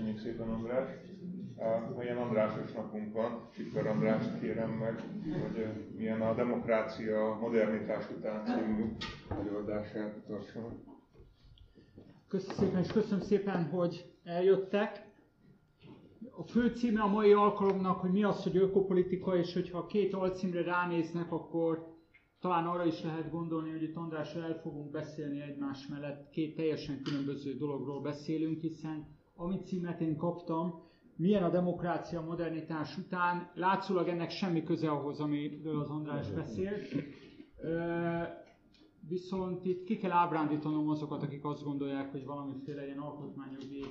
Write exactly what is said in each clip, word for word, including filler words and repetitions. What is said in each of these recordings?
Köszönjük szépen, András. Ha ilyen Andrásos napunk van, Sikor Andrást kérem meg, hogy milyen a demokrácia modernitás után című előadását tartson. Köszönöm szépen, és köszönöm szépen, hogy eljöttek. A fő címe a mai alkalomnak, hogy mi az, hogy ökopolitika, és hogyha a két alcímre ránéznek, akkor talán arra is lehet gondolni, hogy itt Andrással el fogunk beszélni egymás mellett. Két teljesen különböző dologról beszélünk, hiszen amit címet én kaptam, milyen a demokrácia modernitás után, látszólag ennek semmi köze ahhoz, amiről az András beszélt. Viszont itt ki kell ábrándítanom azokat, akik azt gondolják, hogy valamiféle ilyen alkotmányjogi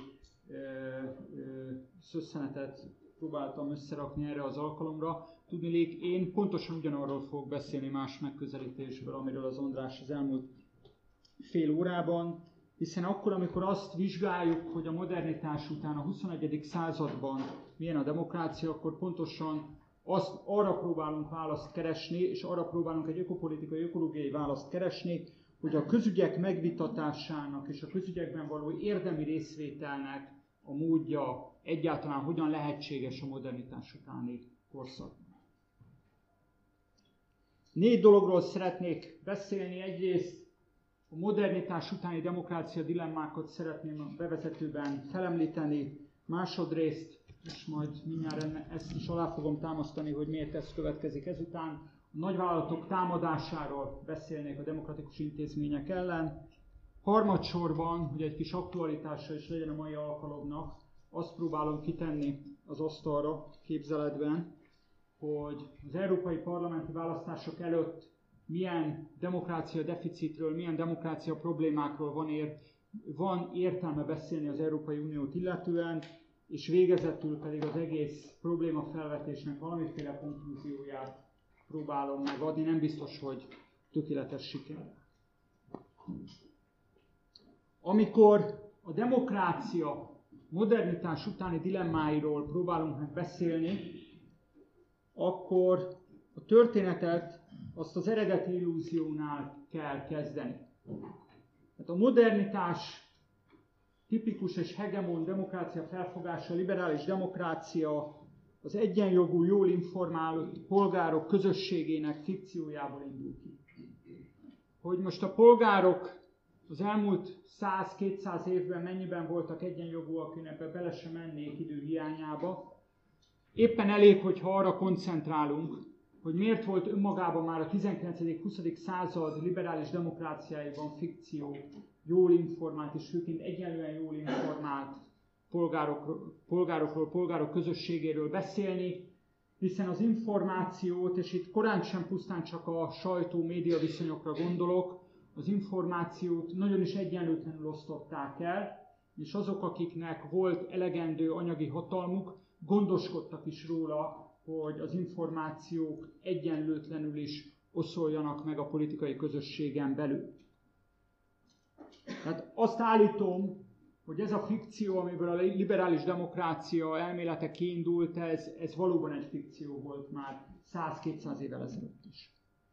szösszenetet próbáltam összerakni erre az alkalomra. Tudniillik, én pontosan ugyanarról fogok beszélni más megközelítésből, amiről az András az elmúlt fél órában, hiszen akkor, amikor azt vizsgáljuk, hogy a modernitás után a huszonegyedik században milyen a demokrácia, akkor pontosan azt, arra próbálunk választ keresni, és arra próbálunk egy ökopolitikai, ökológiai választ keresni, hogy a közügyek megvitatásának és a közügyekben való érdemi részvételnek a módja egyáltalán hogyan lehetséges a modernitás utáni korszakban. Négy dologról szeretnék beszélni. Egyrészt a modernitás utáni demokrácia dilemmákat szeretném a bevezetőben felemlíteni. Másodrészt, és majd mindjárt ezt is alá fogom támasztani, hogy miért ez következik ezután, a nagyvállalatok támadásáról beszélnék a demokratikus intézmények ellen. Harmadsorban, hogy egy kis aktualitása is legyen a mai alkalomnak, azt próbálom kitenni az asztalra képzeletben, hogy az európai parlamenti választások előtt milyen demokrácia deficitről, milyen demokrácia problémákról van, ér, van értelme beszélni az Európai Uniót illetően, és végezetül pedig az egész problémafelvetésnek valamiféle konklúzióját próbálom megadni, nem biztos, hogy tökéletes siker. Amikor a demokrácia modernitás utáni dilemmáiról próbálunk meg beszélni, akkor a történetet azt az eredeti illúziónál kell kezdeni. Hát a modernitás tipikus és hegemon demokrácia felfogása, a liberális demokrácia az egyenjogú, jól informált polgárok közösségének fikciójából indul ki. Hogy most a polgárok az elmúlt száz-kétszáz évben mennyiben voltak egyenjogúak, én ebbe bele sem mennék idő hiányába. Éppen elég, hogyha arra koncentrálunk, hogy miért volt önmagában már a tizenkilencedik-huszadik század liberális demokráciáiban fikció, jól informált és főként egyenlően jól informált polgárokról, polgárokról, polgárok közösségéről beszélni, hiszen az információt, és itt korán sem pusztán csak a sajtó-média viszonyokra gondolok, az információt nagyon is egyenlőtlenül osztották el, és azok, akiknek volt elegendő anyagi hatalmuk, gondoskodtak is róla, hogy az információk egyenlőtlenül is oszoljanak meg a politikai közösségen belül. Tehát azt állítom, hogy ez a fikció, amiből a liberális demokrácia elmélete kiindult, ez, ez valóban egy fikció volt már száz-kétszáz évvel ezelőtt is.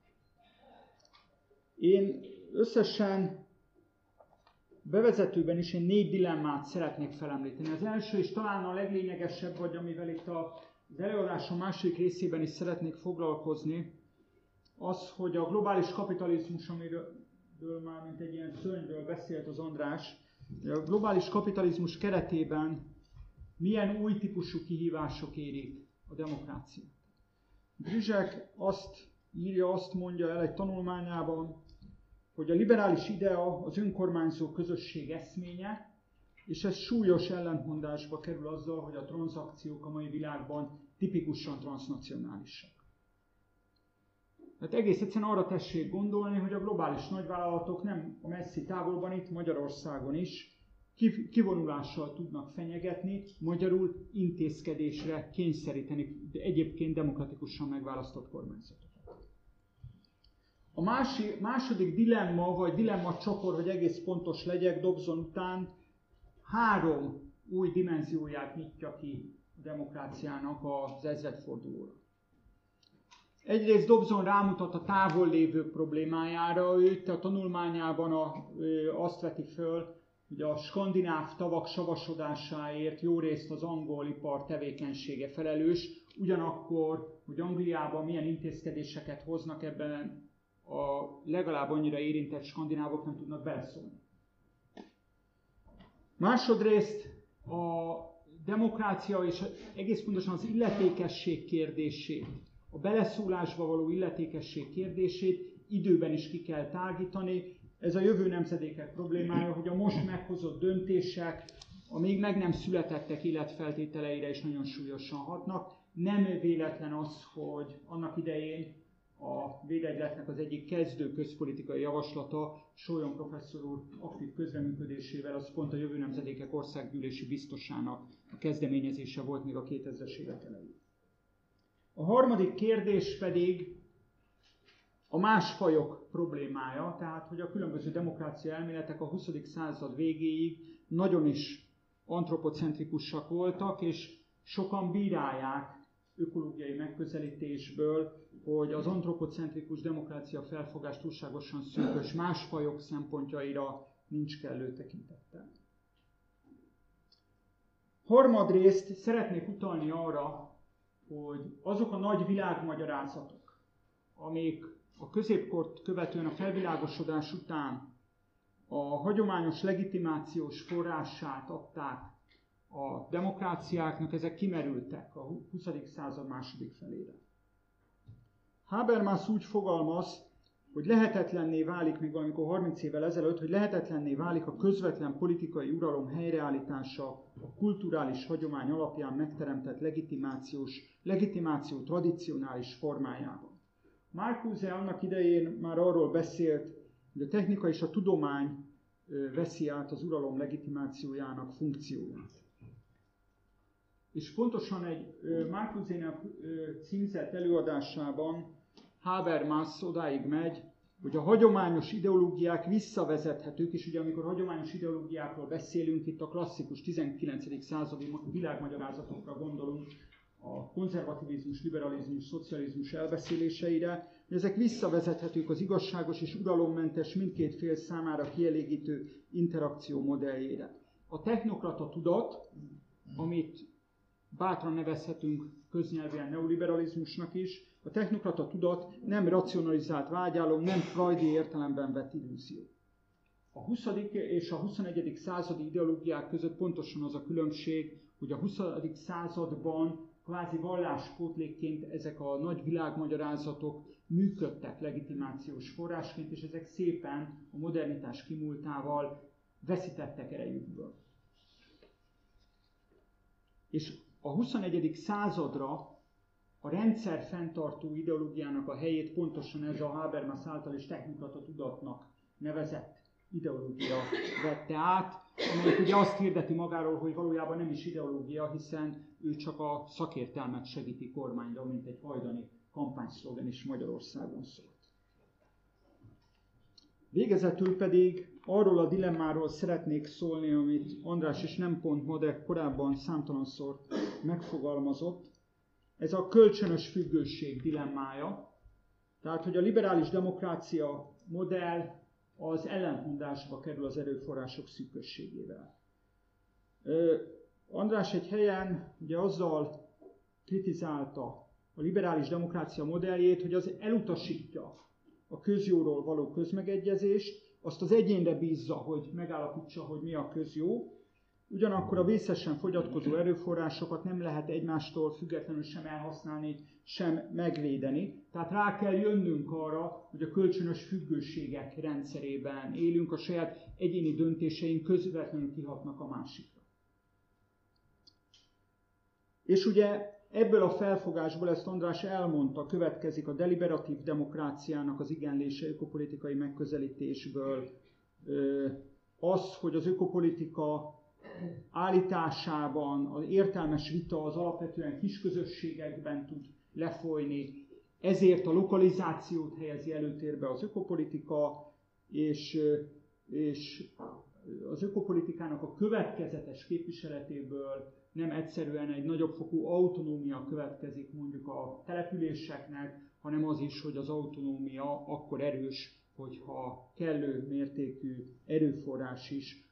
Én összesen bevezetőben is én négy dilemmát szeretnék felemlíteni. Az első és talán a leglényegesebb, vagy amivel itt az előadásom második részében is szeretnék foglalkozni, az, hogy a globális kapitalizmus, amiről már mint egy ilyen szörnyről beszélt az András, a globális kapitalizmus keretében milyen új típusú kihívások érik a demokráciát. Zizek azt írja, azt mondja el egy tanulmányában, hogy a liberális idea az önkormányzó közösség eszménye, és ez súlyos ellentmondásba kerül azzal, hogy a tranzakciók a mai világban tipikusan transznacionálisak. Tehát egész egyszerűen arra tessék gondolni, hogy a globális nagyvállalatok nem a messzi távolban, itt Magyarországon is kivonulással tudnak fenyegetni, magyarul intézkedésre kényszeríteni egyébként demokratikusan megválasztott kormányzatokat. A mási, második dilemma, vagy dilemma csoport, hogy egész pontos legyek, Dobson után három új dimenzióját nyitja ki a demokráciának az ezredfordulóra. Egyrészt Dobson rámutat a távol lévő problémájára, ő itt a tanulmányában a, azt veti föl, ugye a skandináv tavak savasodásáért jó részt az angol ipar tevékenysége felelős, ugyanakkor, hogy Angliában milyen intézkedéseket hoznak, ebben a legalább annyira érintett skandinávok nem tudnak beleszólni. Másodrészt a demokrácia és egész pontosan az illetékesség kérdését, a beleszólásba való illetékesség kérdését időben is ki kell tágítani. Ez a jövő nemzedékek problémája, hogy a most meghozott döntések a még meg nem születettek életfeltételeire is nagyon súlyosan hatnak. Nem véletlen az, hogy annak idején a védegyletnek az egyik kezdő közpolitikai javaslata Sólyom professzor úr aktív közreműködésével az pont a jövő nemzedékek országgyűlési biztosának a kezdeményezése volt még a kétezres évek elején. A harmadik kérdés pedig a másfajok problémája, tehát hogy a különböző demokrácia elméletek a huszadik század végéig nagyon is antropocentrikusak voltak, és sokan bírálják ökológiai megközelítésből, hogy az antropocentrikus demokrácia felfogás túlságosan szűkös, más fajok szempontjaira nincs kellő tekintettel. Harmadrészt szeretnék utalni arra, hogy azok a nagy világmagyarázatok, amik a középkort követően a felvilágosodás után a hagyományos legitimációs forrását adták a demokráciáknak, ezek kimerültek a huszadik század második felére. Habermas úgy fogalmaz, hogy lehetetlenné válik, még valamikor harminc évvel ezelőtt, hogy lehetetlenné válik a közvetlen politikai uralom helyreállítása a kulturális hagyomány alapján megteremtett legitimációs, legitimáció tradicionális formájában. Marcuse annak idején már arról beszélt, hogy a technika és a tudomány veszi át az uralom legitimációjának funkcióját. És pontosan egy Marcuse-nek címzett előadásában Habermas odáig megy, hogy a hagyományos ideológiák visszavezethetők, és ugye amikor hagyományos ideológiákról beszélünk, itt a klasszikus tizenkilencedik századi világmagyarázatokra gondolunk, a konzervativizmus, liberalizmus, szocializmus elbeszéléseire, hogy ezek visszavezethetők az igazságos és uralommentes, mindkét fél számára kielégítő interakció modelljére. A technokrata tudat, amit bátran nevezhetünk köznyelvűen neoliberalizmusnak is, a technokrata tudat nem racionalizált vágyálom, nem freudi értelemben vett illúzió. A huszadik és a huszonegyedik századi ideológiák között pontosan az a különbség, hogy a huszadik században kvázi valláspótlékként ezek a nagy világmagyarázatok működtek legitimációs forrásként, és ezek szépen a modernitás kimúltával veszítettek erejükből. És a huszonegyedik századra a rendszer fenntartó ideológiának a helyét pontosan ez a Habermas által is technokrata tudatnak nevezett ideológia vette át, amelyik ugye azt hirdeti magáról, hogy valójában nem is ideológia, hiszen ő csak a szakértelmet segíti kormányra, mint egy hajdani kampányszlogen is Magyarországon szólt. Végezetül pedig arról a dilemmáról szeretnék szólni, amit András is nem pont ma, de korábban számtalanszor megfogalmazott. Ez a kölcsönös függőség dilemmája. Tehát, hogy a liberális demokrácia modell az ellentmondásba kerül az erőforrások szűkösségével. András egy helyen ugye azzal kritizálta a liberális demokrácia modelljét, hogy az elutasítja a közjóról való közmegegyezést, azt az egyénre bízza, hogy megállapítsa, hogy mi a közjó, ugyanakkor a vészesen fogyatkozó erőforrásokat nem lehet egymástól függetlenül sem elhasználni, sem megvédeni. Tehát rá kell jönnünk arra, hogy a kölcsönös függőségek rendszerében élünk, a saját egyéni döntéseink közvetlenül kihatnak a másikra. És ugye ebből a felfogásból, ezt András elmondta, következik a deliberatív demokráciának az igenlése ökopolitikai megközelítésből az, hogy az ökopolitika állításában az értelmes vita az alapvetően kisközösségekben tud lefolyni, ezért a lokalizációt helyezi előtérbe az ökopolitika, és, és az ökopolitikának a következetes képviseletéből nem egyszerűen egy nagyobb fokú autonómia következik mondjuk a településeknek, hanem az is, hogy az autonómia akkor erős, hogyha kellő mértékű erőforrás is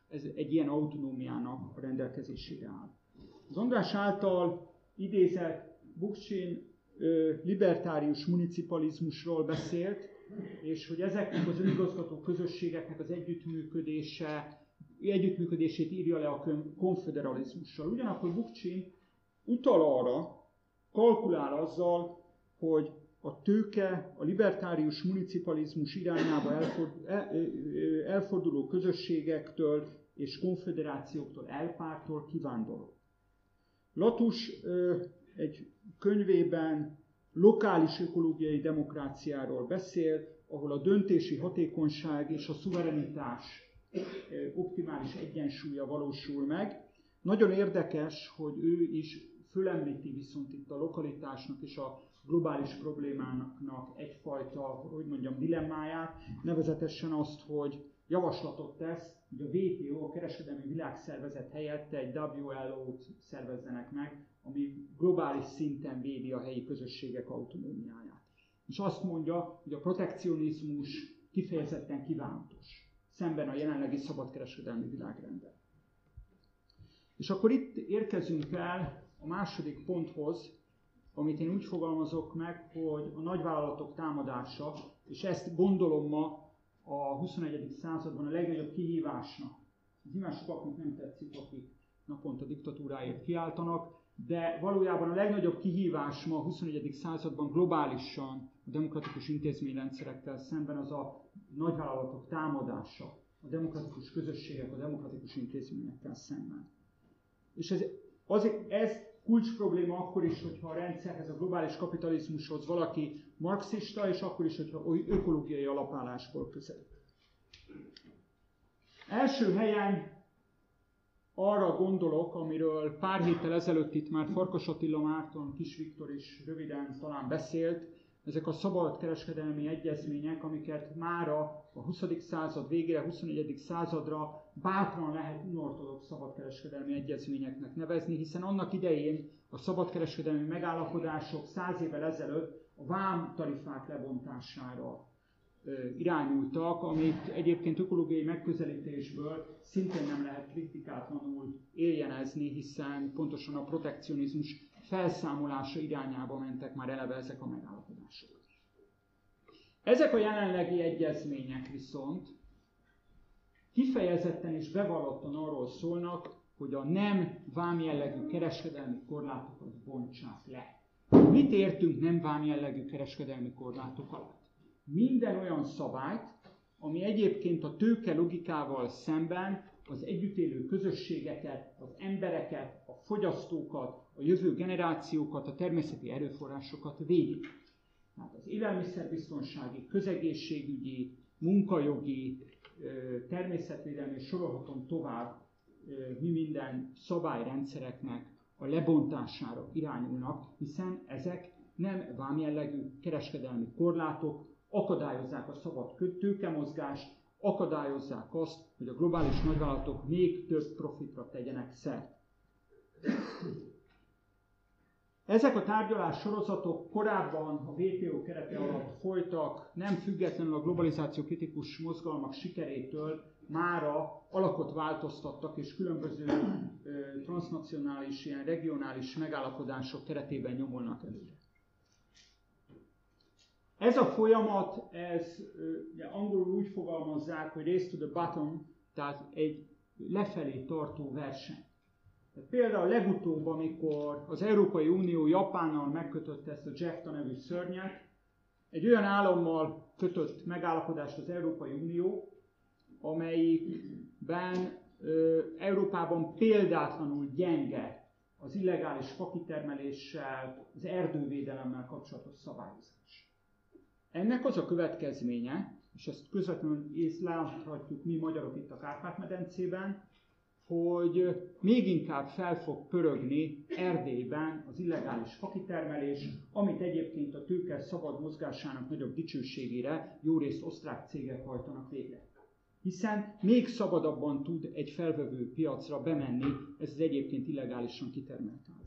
ez egy ilyen autonómiának a rendelkezésére áll. Az András által idézett Bookchin libertárius municipalizmusról beszélt, és hogy ezeknek az önigazgató közösségeknek az együttműködése, együttműködését írja le a konfederalizmussal. Ugyanakkor Bookchin utal arra, kalkulál azzal, hogy a tőke a libertárius municipalizmus irányába elforduló közösségektől és konfederációktól, elpártól kivándorol. Latus egy könyvében lokális ökológiai demokráciáról beszél, ahol a döntési hatékonyság és a szuverenitás optimális egyensúlya valósul meg. Nagyon érdekes, hogy ő is fölemlíti viszont itt a lokalitásnak és a globális problémának egyfajta, hogy mondjam, dilemmáját, nevezetesen azt, hogy javaslatot tesz, hogy a vé té o, a Kereskedelmi Világszervezet helyett egy dupla vé el o-t szervezzenek meg, ami globális szinten védi a helyi közösségek autonómiáját. És azt mondja, hogy a protekcionizmus kifejezetten kívánatos, szemben a jelenlegi szabadkereskedelmi világrenddel. És akkor itt érkezünk el a második ponthoz, amit én úgy fogalmazok meg, hogy a nagyvállalatok támadása, és ezt gondolom ma a huszonegyedik században a legnagyobb kihívásnak. Az nyilván sokaknak nem tetszik, akik naponta diktatúráért kiáltanak, de valójában a legnagyobb kihívás ma a huszonegyedik században globálisan a demokratikus intézményrendszerekkel szemben az a nagyvállalatok támadása, a demokratikus közösségek, a demokratikus intézményekkel szemben. És ez, az, ez kulcs probléma akkor is, hogyha a rendszerhez, a globális kapitalizmushoz valaki marxista, és akkor is, hogyha ökológiai alapállásból közelít. Első helyen arra gondolok, amiről pár héttel ezelőtt itt már Farkas Attila Márton, Kis Viktor is röviden talán beszélt, ezek a szabadkereskedelmi egyezmények, amiket mára a huszadik század végére, huszonegyedik századra bátran lehet unortodox szabadkereskedelmi egyezményeknek nevezni, hiszen annak idején a szabadkereskedelmi megállapodások száz évvel ezelőtt a vámtarifák lebontására irányultak, amit egyébként ökológiai megközelítésből szintén nem lehet kritikátlanul éljenezni, hiszen pontosan a protekcionizmus felszámolása irányába mentek már eleve ezek a megállapodások. Ezek a jelenlegi egyezmények viszont kifejezetten és bevallottan arról szólnak, hogy a nem vámjellegű kereskedelmi korlátokat bontsák le. Mit értünk nem vámjellegű kereskedelmi korlátok alatt? Minden olyan szabályt, ami egyébként a tőke logikával szemben az együttélő közösségeket, az embereket, a fogyasztókat, a jövő generációkat, a természeti erőforrásokat védi. Tehát az élelmiszerbiztonsági, közegészségügyi, munkajogi, természetvédelmi, és sorolhatom tovább, mi minden szabályrendszereknek a lebontására irányulnak, hiszen ezek nem vámjellegű kereskedelmi korlátok, akadályozzák a szabad tőkemozgást, akadályozzák azt, hogy a globális nagyvállalatok még több profitra tegyenek szert. Ezek a tárgyalás sorozatok korábban a vé té o kerete alatt folytak, nem függetlenül a globalizáció kritikus mozgalmak sikerétől mára alakot változtattak, és különböző ö, transznacionális, ilyen regionális megállapodások keretében nyomulnak előre. Ez a folyamat, ez ugye, angolul úgy fogalmazzák, hogy race to the bottom, tehát egy lefelé tartó verseny. Tehát például legutóbb, amikor az Európai Unió Japánnal megkötötte ezt a jefta nevű szörnyet, egy olyan állammal kötött megállapodást az Európai Unió, amelyikben ö, Európában példátlanul gyenge az illegális fakitermeléssel, az erdővédelemmel kapcsolatos szabályozás. Ennek az a következménye, és ezt közvetlenül láthatjuk mi magyarok itt a Kárpát-medencében, hogy még inkább fel fog pörögni Erdélyben az illegális fakitermelés, amit egyébként a tőke szabad mozgásának nagyobb dicsőségére jórészt osztrák cégek hajtanak végre. Hiszen még szabadabban tud egy felvevő piacra bemenni ez az egyébként illegálisan kitermelt állat.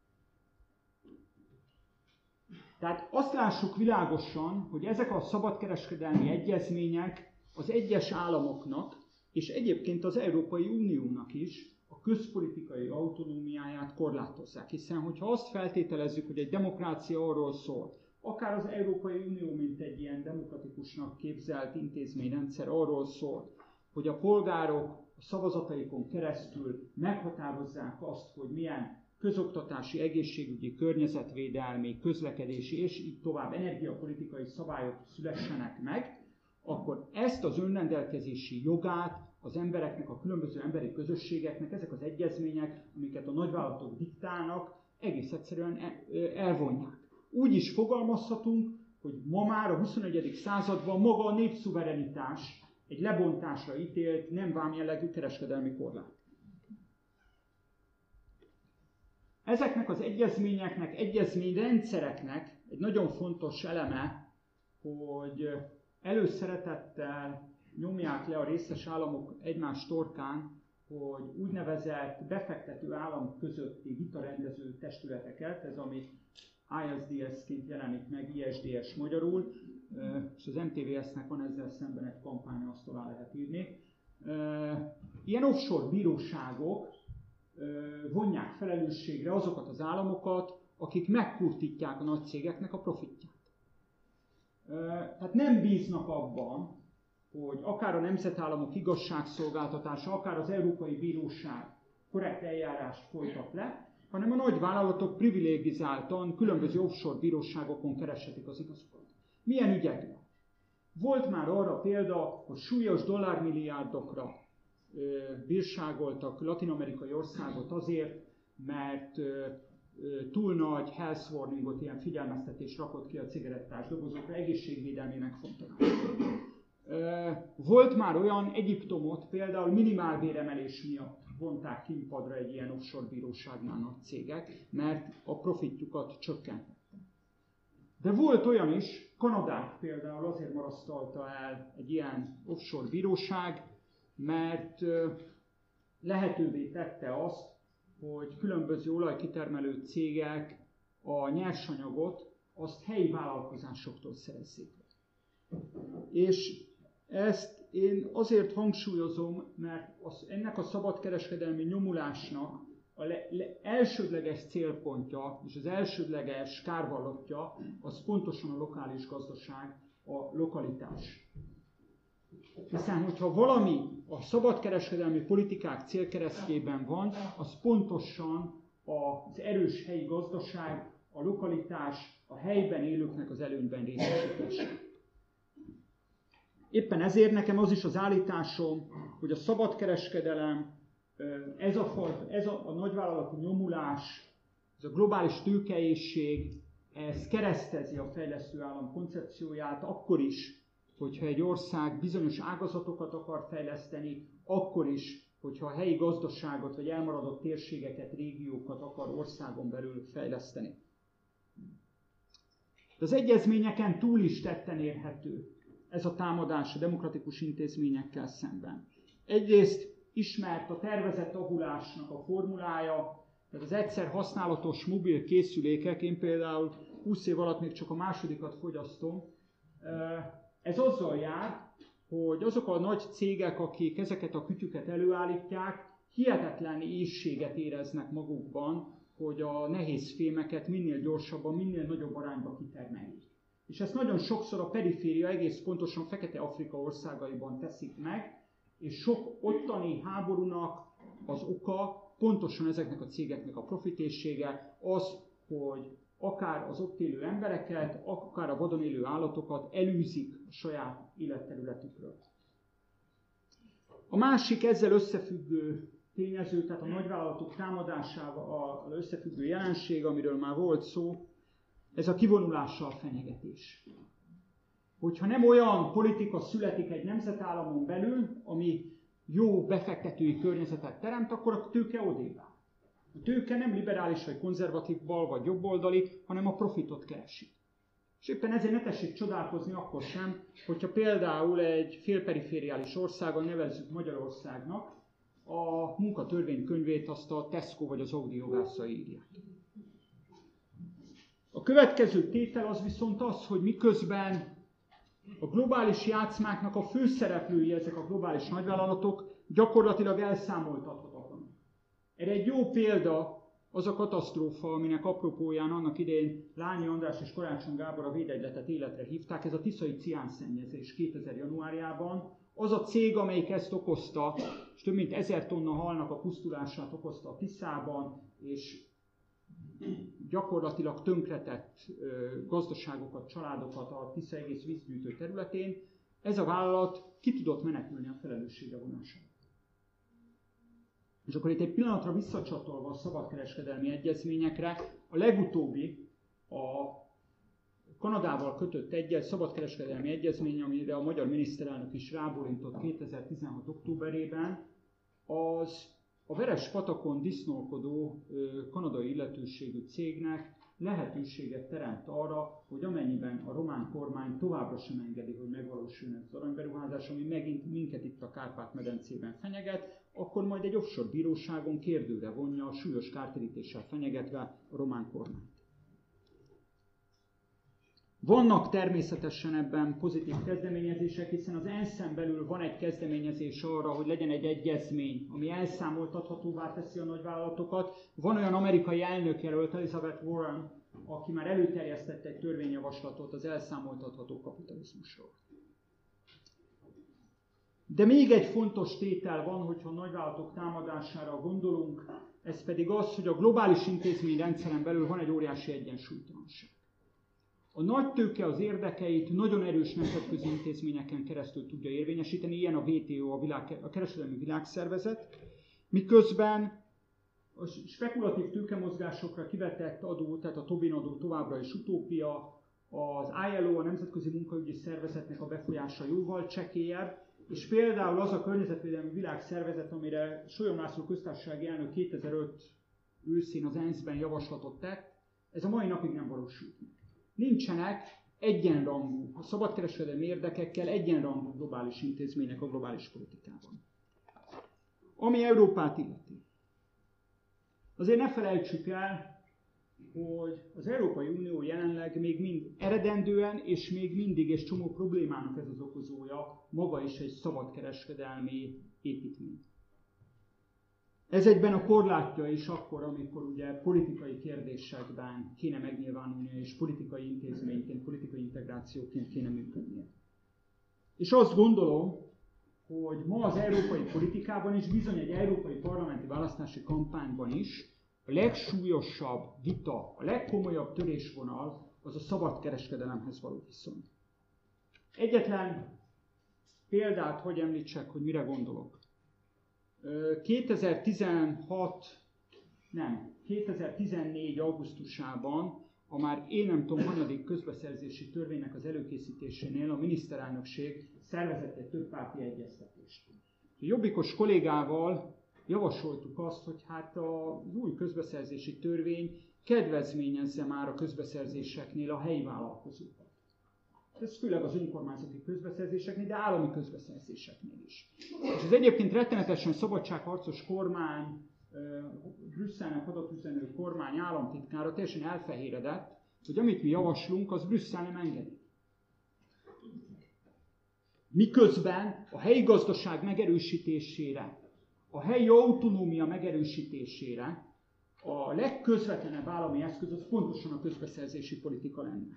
Tehát azt lássuk világosan, hogy ezek a szabadkereskedelmi egyezmények az egyes államoknak és egyébként az Európai Uniónak is a közpolitikai autonómiáját korlátozzák. Hiszen, hogyha azt feltételezzük, hogy egy demokrácia arról szól, akár az Európai Unió, mint egy ilyen demokratikusnak képzelt intézményrendszer arról szól, hogy a polgárok a szavazataikon keresztül meghatározzák azt, hogy milyen közoktatási, egészségügyi, környezetvédelmi, közlekedési és így tovább energiapolitikai szabályok szülessenek meg, akkor ezt az önrendelkezési jogát az embereknek, a különböző emberi közösségeknek, ezek az egyezmények, amiket a nagyvállalatok diktálnak, egész egyszerűen elvonják. Úgy is fogalmazhatunk, hogy ma már a huszonegyedik században maga a népszuverenitás egy lebontásra ítélt, nem vámjellegű kereskedelmi korlát. Ezeknek az egyezményeknek, egyezményrendszereknek egy nagyon fontos eleme, hogy előszeretettel nyomják le a részes államok egymás torkán, hogy úgynevezett befektető államok közötti vitarendező testületeket, ez ami I S D S-ként jelenik meg, I S D S magyarul, és az M T V S-nek van ezzel szemben egy kampánya, azt alá lehet írni. Ilyen offshore bíróságok vonják felelősségre azokat az államokat, akik megkurtítják a nagy cégeknek a profitját. Tehát nem bíznak abban, hogy akár a nemzetállamok igazságszolgáltatása, akár az Európai Bíróság korrekt eljárást folytat le, hanem a nagyvállalatok privilegizáltan különböző offshore bíróságokon kereshetik az igazokat. Milyen ügyekben? Volt már arra példa, hogy súlyos dollármilliárdokra ö, bírságoltak latin-amerikai országot azért, mert ö, ö, túl nagy health warningot, ilyen figyelmeztetést rakott ki a cigarettás dobozokra egészségvédelmi megfontolásra. Volt már olyan, Egyiptomot például minimálbéremelés miatt vonták kínpadra egy ilyen offshore bíróságnál nagy cégek, mert a profitjukat csökkentettek. De volt olyan is, Kanadát például azért marasztalta el egy ilyen offshore bíróság, mert lehetővé tette azt, hogy különböző olajkitermelő cégek a nyersanyagot azt helyi vállalkozásoktól szerezzék. És ezt én azért hangsúlyozom, mert az, ennek a szabadkereskedelmi nyomulásnak a le, le, elsődleges célpontja és az elsődleges kárvallottja az pontosan a lokális gazdaság, a lokalitás. Hiszen, hogyha valami a szabadkereskedelmi politikák célkeresztjében van, az pontosan az erős helyi gazdaság, a lokalitás, a helyben élőknek az előnyben részesítése. Éppen ezért nekem az is az állításom, hogy a szabadkereskedelem, ez a, ez a, a nagyvállalati nyomulás, ez a globális tőkeéhség, ez keresztezi a fejlesztő állam koncepcióját akkor is, hogyha egy ország bizonyos ágazatokat akar fejleszteni, akkor is, hogyha a helyi gazdaságot vagy elmaradott térségeket, régiókat akar országon belül fejleszteni. De az egyezményeken túl is tetten érhető ez a támadás a demokratikus intézményekkel szemben. Egyrészt ismert a tervezett avulásnak a formulája, tehát az egyszer használatos mobil készülékek, én például húsz év alatt még csak a másodikat fogyasztom, ez azzal jár, hogy azok a nagy cégek, akik ezeket a kütyüket előállítják, hihetetlen éhséget éreznek magukban, hogy a nehéz fémeket minél gyorsabban, minél nagyobb arányba kitermeljék. És ezt nagyon sokszor a periféria, egész pontosan Fekete-Afrika országaiban teszik meg, és sok ottani háborúnak az oka pontosan ezeknek a cégeknek a profitészsége az, hogy akár az ott élő embereket, akár a vadon élő állatokat elűzik a saját életterületükről. A másik ezzel összefüggő tényező, tehát a nagyvállalatok támadásával összefüggő jelenség, amiről már volt szó, ez a kivonulással fenyegetés. Hogyha nem olyan politika születik egy nemzetállamon belül, ami jó befektetői környezetet teremt, akkor a tőke odébb áll. A tőke nem liberális vagy konzervatív bal vagy jobboldali, hanem a profitot keresi. És éppen ezért ne tessék csodálkozni akkor sem, hogyha például egy félperifériális országon, nevezzük Magyarországnak, a munkatörvénykönyvét azt a Tesco vagy az Audi jogászai írják. A következő tétel az viszont az, hogy miközben A globális játszmáknak a főszereplői ezek a globális nagyvállalatok gyakorlatilag elszámoltathatatlanok. Erre egy jó példa az a katasztrófa, aminek apropóján annak idején Lányi András és Karácsony Gábor a védegyletet életre hívták, ez a tiszai ciánszennyezés kétezer januárjában. Az a cég, amelyik ezt okozta, és több mint ezer tonna halnak a pusztulását okozta a Tiszában, és gyakorlatilag tönkretett gazdaságokat, családokat a Tisza egész vízgyűjtő területén, ez a vállalat ki tudott menekülni a felelősségre vonására. És akkor itt egy pillanatra visszacsatolva a szabadkereskedelmi egyezményekre, a legutóbbi a Kanadával kötött egy szabadkereskedelmi egyezmény, amire a magyar miniszterelnök is rábólintott kétezer-tizenhat októberében, az a Verespatakon disznókodó kanadai illetőségű cégnek lehetőséget teremt arra, hogy amennyiben a román kormány továbbra sem engedi, hogy megvalósuljon ez az aranyberuházás, ami megint minket itt a Kárpát-medencében fenyeget, akkor majd egy offshore bíróságon kérdőre vonja a súlyos kártérítéssel fenyegetve a román kormányt. Vannak természetesen ebben pozitív kezdeményezések, hiszen az ENSZ-en belül van egy kezdeményezés arra, hogy legyen egy egyezmény, ami elszámoltathatóvá teszi a nagyvállalatokat. Van olyan amerikai elnökjelölt, Elizabeth Warren, aki már előterjesztette egy törvényjavaslatot az elszámoltatható kapitalizmusról. De még egy fontos tétel van, hogyha a nagyvállalatok támadására gondolunk, ez pedig az, hogy a globális intézményrendszeren belül van egy óriási egyensúlytalanság. A nagy tőke az érdekeit nagyon erős nemzetközi intézményeken keresztül tudja érvényesíteni, ilyen a vé té o, a, világ, a Kereskedelmi Világszervezet, miközben a spekulatív tőkemozgásokra kivetett adó, tehát a Tobin adó továbbra is utópia, az i el o, a Nemzetközi Munkaügyi Szervezetnek a befolyása jóval csekélyebb, és például az a Környezetvédelmi Világszervezet, amire Solyom László köztársasági elnök kétezer-öt őszén az ENSZ-ben javaslatot tett, ez a mai napig nem valósult meg. Nincsenek egyenrangú, a szabadkereskedelmi érdekekkel egyenrangú globális intézmények a globális politikában. Ami Európát illeti. Azért ne felejtsük el, hogy az Európai Unió jelenleg még mind eredendően, és még mindig, és csomó problémának ez az okozója, maga is egy szabadkereskedelmi építmény. Ez egyben a korlátja is akkor, amikor ugye politikai kérdésekben kéne megnyilvánulnia, és politikai intézményként, politikai integrációként kéne működnie. És azt gondolom, hogy ma az európai politikában is, bizony egy európai parlamenti választási kampányban is a legsúlyosabb vita, a legkomolyabb törésvonal az a szabadkereskedelemhez való viszony. Egyetlen példát, hogy említsek, hogy mire gondolok. kétezer-tizenhat, nem, kétezer-tizennégy augusztusában a már én nem tudom, hanyadik közbeszerzési törvénynek az előkészítésénél a miniszterelnökség szervezett egy többpárti egyeztetést. A jobbikos kollégával javasoltuk azt, hogy hát az új közbeszerzési törvény kedvezményezze már a közbeszerzéseknél a helyi vállalkozókat. Ez főleg az önkormányzati közbeszerzéseknél, de állami közbeszerzéseknél is. És az egyébként rettenetesen szabadságharcos kormány, Brüsszelnek adatüzenő kormány államtitkára teljesen elfehéredett, hogy amit mi javaslunk, az Brüsszel nem engedi. Miközben a helyi gazdaság megerősítésére, a helyi autonómia megerősítésére a legközvetlenebb állami eszköz az pontosan a közbeszerzési politika lenne.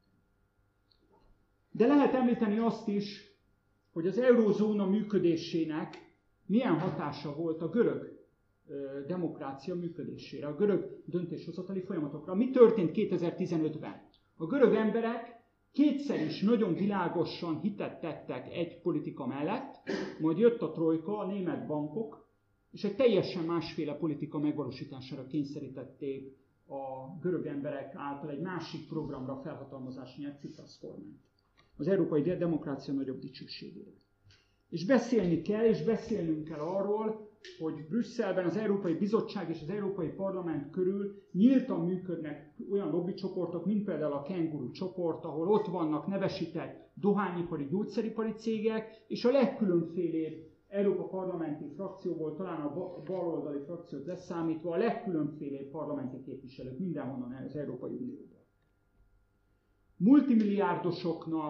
De lehet említeni azt is, hogy az eurózóna működésének milyen hatása volt a görög ö, demokrácia működésére, a görög döntéshozatali folyamatokra. Mi történt kétezer-tizenötben? A görög emberek kétszer is nagyon világosan hitet tettek egy politika mellett, majd jött a trojka, a német bankok, és egy teljesen másféle politika megvalósítására kényszerítették a görög emberek által egy másik programra felhatalmazást nyert Ciprasz kormányt. Az európai demokrácia nagyobb dicsőségére. És beszélni kell, és beszélnünk kell arról, hogy Brüsszelben az Európai Bizottság és az Európai Parlament körül nyíltan működnek olyan lobbycsoportok, mint például a Kenguru csoport, ahol ott vannak nevesített dohányipari, gyógyszeripari cégek, és a legkülönfélébb Európa parlamenti frakcióból, talán a baloldali frakciót leszámítva, a legkülönfélébb parlamenti képviselők mindenhonnan az Európai Unióban. Multimilliárdosoknak,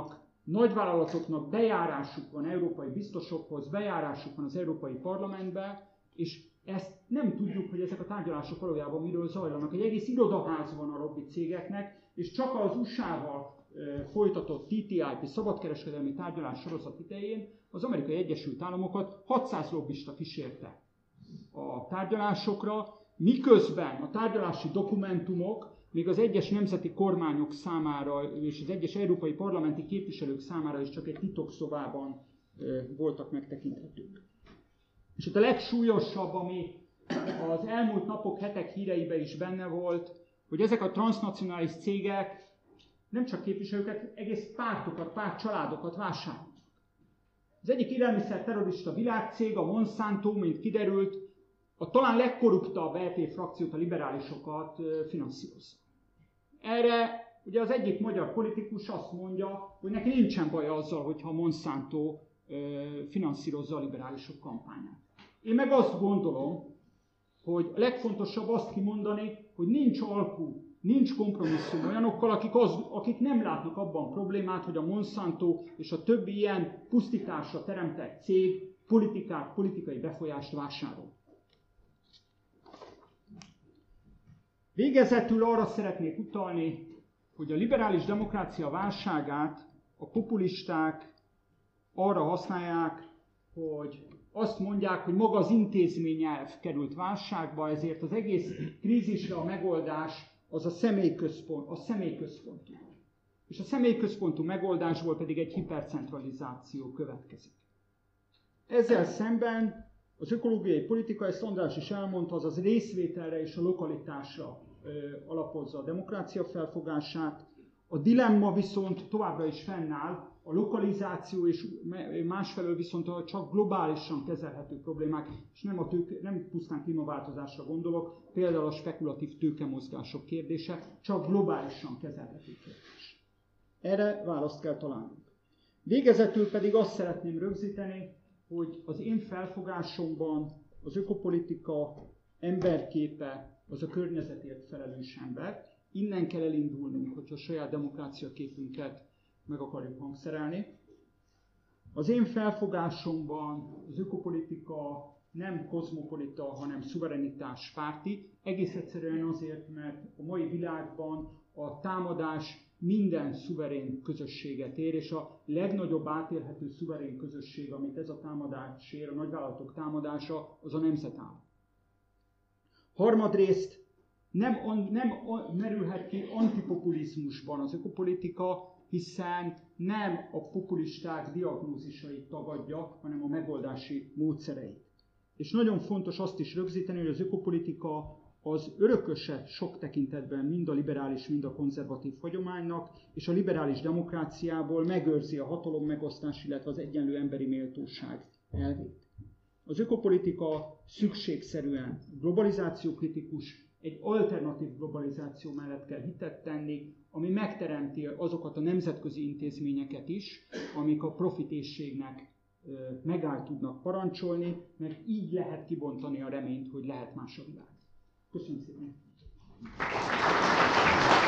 nagyvállalatoknak bejárásuk van európai biztosokhoz, bejárásuk van az Európai Parlamentbe, és ezt nem tudjuk, hogy ezek a tárgyalások valójában miről zajlanak. Egy egész irodaház van a lobby cégeknek, és csak az u es á-val folytatott té té i pé szabadkereskedelmi tárgyalás sorozat idején az Amerikai Egyesült Államokat hatszáz lobbista kísérte a tárgyalásokra, miközben a tárgyalási dokumentumok még az egyes nemzeti kormányok számára és az egyes európai parlamenti képviselők számára is csak egy titokszobában voltak megtekinthetők. És itt a legsúlyosabb, ami az elmúlt napok, hetek híreiben is benne volt, hogy ezek a transznacionális cégek nem csak képviselőket, egész pártokat, pártcsaládokat vásárolnak. Az egyik élelmiszer terrorista világcég, a Monsanto, mint kiderült, a talán legkorruptabb é pé frakciót, a liberálisokat finanszírozza. Erre ugye az egyik magyar politikus azt mondja, hogy neki nincsen baj azzal, hogyha a Monsanto finanszírozza a liberálisok kampányát. Én meg azt gondolom, hogy a legfontosabb azt kimondani, hogy nincs alkú, nincs kompromisszum olyanokkal, akik, az, akik nem látnak abban problémát, hogy a Monsanto és a többi ilyen pusztításra teremtett cég politikát, politikai befolyást vásárol. Végezetül arra szeretnék utalni, hogy a liberális demokrácia válságát a populisták arra használják, hogy azt mondják, hogy maga az intézményelv került válságba, ezért az egész krízisre a megoldás az a személyközpont, a személyközpontú. És a személyközpontú megoldásból pedig egy hipercentralizáció következik. Ezzel szemben az ökológiai politika, ezt András is elmondta, azaz részvételre és a lokalitásra ö, alapozza a demokrácia felfogását. A dilemma viszont továbbra is fennáll, a lokalizáció és másfelől viszont csak globálisan kezelhető problémák, és nem, a tőke, nem pusztán klímaváltozásra gondolok, például a spekulatív tőkemozgások kérdése, csak globálisan kezelhető kérdés. Erre választ kell találnunk. Végezetül pedig azt szeretném rögzíteni, hogy az én felfogásomban az ökopolitika emberképe az a környezetért felelős ember. Innen kell elindulnunk, hogyha a saját demokráciaképünket meg akarjuk hangszerelni. Az én felfogásomban az ökopolitika nem kozmopolita, hanem szuverenitás párti. Egész egyszerűen azért, mert a mai világban a támadás minden szuverén közösséget ér, és a legnagyobb átélhető szuverén közösség, amit ez a támadás ér, a nagyvállalatok támadása, az a nemzetállam. Harmadrészt nem, nem merülhet ki antipopulizmusban az ökopolitika, hiszen nem a populisták diagnózisait tagadja, hanem a megoldási módszereit. És nagyon fontos azt is rögzíteni, hogy az ökopolitika az örököse sok tekintetben mind a liberális, mind a konzervatív hagyománynak, és a liberális demokráciából megőrzi a hatalommegosztás, illetve az egyenlő emberi méltóság elvét. Az ökopolitika szükségszerűen globalizációkritikus, egy alternatív globalizáció mellett kell hitet tenni, ami megteremti azokat a nemzetközi intézményeket is, amik a profitészségnek megáll tudnak parancsolni, mert így lehet kibontani a reményt, hogy lehet más a világ. Köszönöm szépen!